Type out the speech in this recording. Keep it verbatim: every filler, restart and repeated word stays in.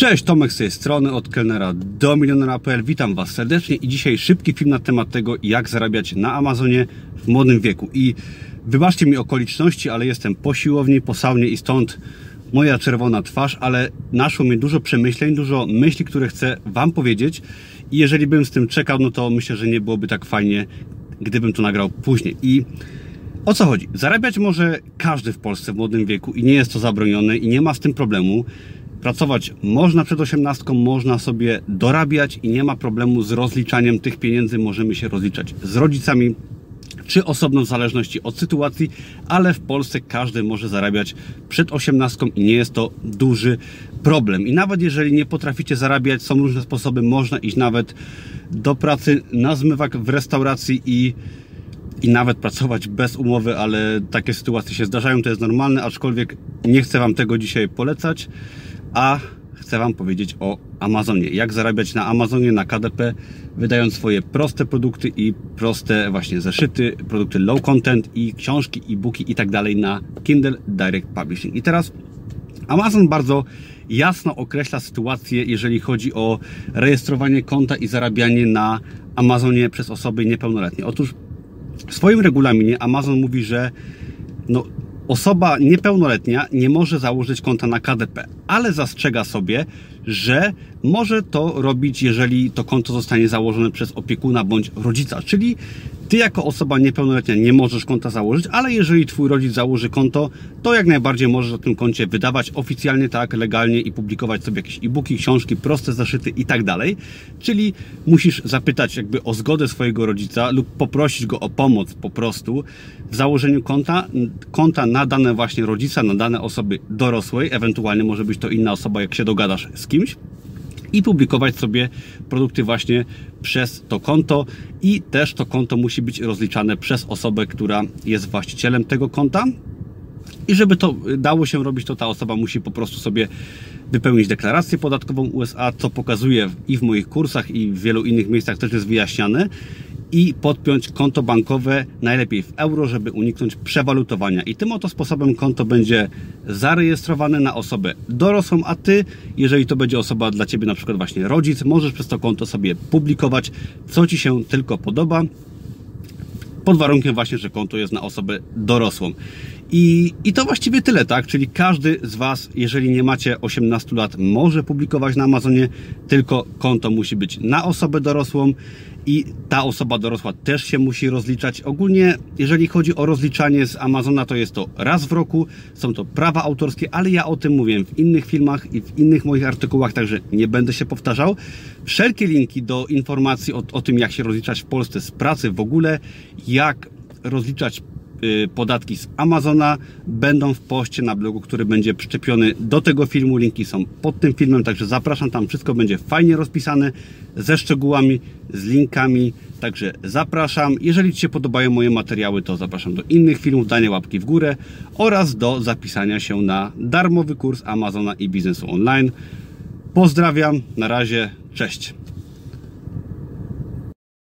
Cześć, Tomek z tej strony, od kelnera do milionera kropka p l. Witam Was serdecznie i dzisiaj szybki film na temat tego, jak zarabiać na Amazonie w młodym wieku. I wybaczcie mi okoliczności, ale jestem po siłowni, po saunie i stąd moja czerwona twarz, ale naszło mi dużo przemyśleń, dużo myśli, które chcę Wam powiedzieć. I jeżeli bym z tym czekał, no to myślę, że nie byłoby tak fajnie, gdybym to nagrał później. I o co chodzi? Zarabiać może każdy w Polsce w młodym wieku i nie jest to zabronione i nie ma z tym problemu. Pracować można przed osiemnastką, można sobie dorabiać i nie ma problemu z rozliczaniem tych pieniędzy. Możemy się rozliczać z rodzicami, czy osobno w zależności od sytuacji, ale w Polsce każdy może zarabiać przed osiemnastką i nie jest to duży problem. I nawet jeżeli nie potraficie zarabiać, są różne sposoby, można iść nawet do pracy na zmywak w restauracji i i nawet pracować bez umowy, ale takie sytuacje się zdarzają, to jest normalne, aczkolwiek nie chcę Wam tego dzisiaj polecać, a chcę Wam powiedzieć o Amazonie. Jak zarabiać na Amazonie, na K D P, wydając swoje proste produkty i proste właśnie zeszyty, produkty low content i książki, e-booki i tak dalej na Kindle Direct Publishing. I teraz Amazon bardzo jasno określa sytuację, jeżeli chodzi o rejestrowanie konta i zarabianie na Amazonie przez osoby niepełnoletnie. Otóż w swoim regulaminie Amazon mówi, że no, osoba niepełnoletnia nie może założyć konta na K D P, ale zastrzega sobie, że może to robić, jeżeli to konto zostanie założone przez opiekuna bądź rodzica. Czyli Ty jako osoba niepełnoletnia nie możesz konta założyć, ale jeżeli Twój rodzic założy konto, to jak najbardziej możesz na tym koncie wydawać oficjalnie, tak, legalnie i publikować sobie jakieś e-booki, książki, proste zeszyty i tak dalej. Czyli musisz zapytać jakby o zgodę swojego rodzica lub poprosić go o pomoc po prostu w założeniu konta, konta na dane właśnie rodzica, na dane osoby dorosłej, ewentualnie może być to inna osoba, jak się dogadasz z kimś, i publikować sobie produkty właśnie przez to konto i też to konto musi być rozliczane przez osobę, która jest właścicielem tego konta. I żeby to dało się robić, to ta osoba musi po prostu sobie wypełnić deklarację podatkową U S A, co pokazuje i w moich kursach i w wielu innych miejscach też jest wyjaśniane, i podpiąć konto bankowe, najlepiej w euro, żeby uniknąć przewalutowania. I tym oto sposobem konto będzie zarejestrowane na osobę dorosłą, a Ty, jeżeli to będzie osoba dla Ciebie, na przykład właśnie rodzic, możesz przez to konto sobie publikować, co Ci się tylko podoba, pod warunkiem właśnie, że konto jest na osobę dorosłą. I, I to właściwie tyle, tak? Czyli każdy z Was, jeżeli nie macie osiemnastu lat, może publikować na Amazonie, tylko konto musi być na osobę dorosłą i ta osoba dorosła też się musi rozliczać. Ogólnie, jeżeli chodzi o rozliczanie z Amazona, to jest to raz w roku, są to prawa autorskie, ale ja o tym mówiłem w innych filmach i w innych moich artykułach, także nie będę się powtarzał. Wszelkie linki do informacji o, o tym, jak się rozliczać w Polsce z pracy w ogóle, jak rozliczać podatki z Amazona, będą w poście na blogu, który będzie przyczepiony do tego filmu. Linki są pod tym filmem, także zapraszam, tam wszystko będzie fajnie rozpisane, ze szczegółami, z linkami, także zapraszam. Jeżeli Ci się podobają moje materiały, to zapraszam do innych filmów, dania łapki w górę oraz do zapisania się na darmowy kurs Amazona i biznesu online. Pozdrawiam, na razie, cześć.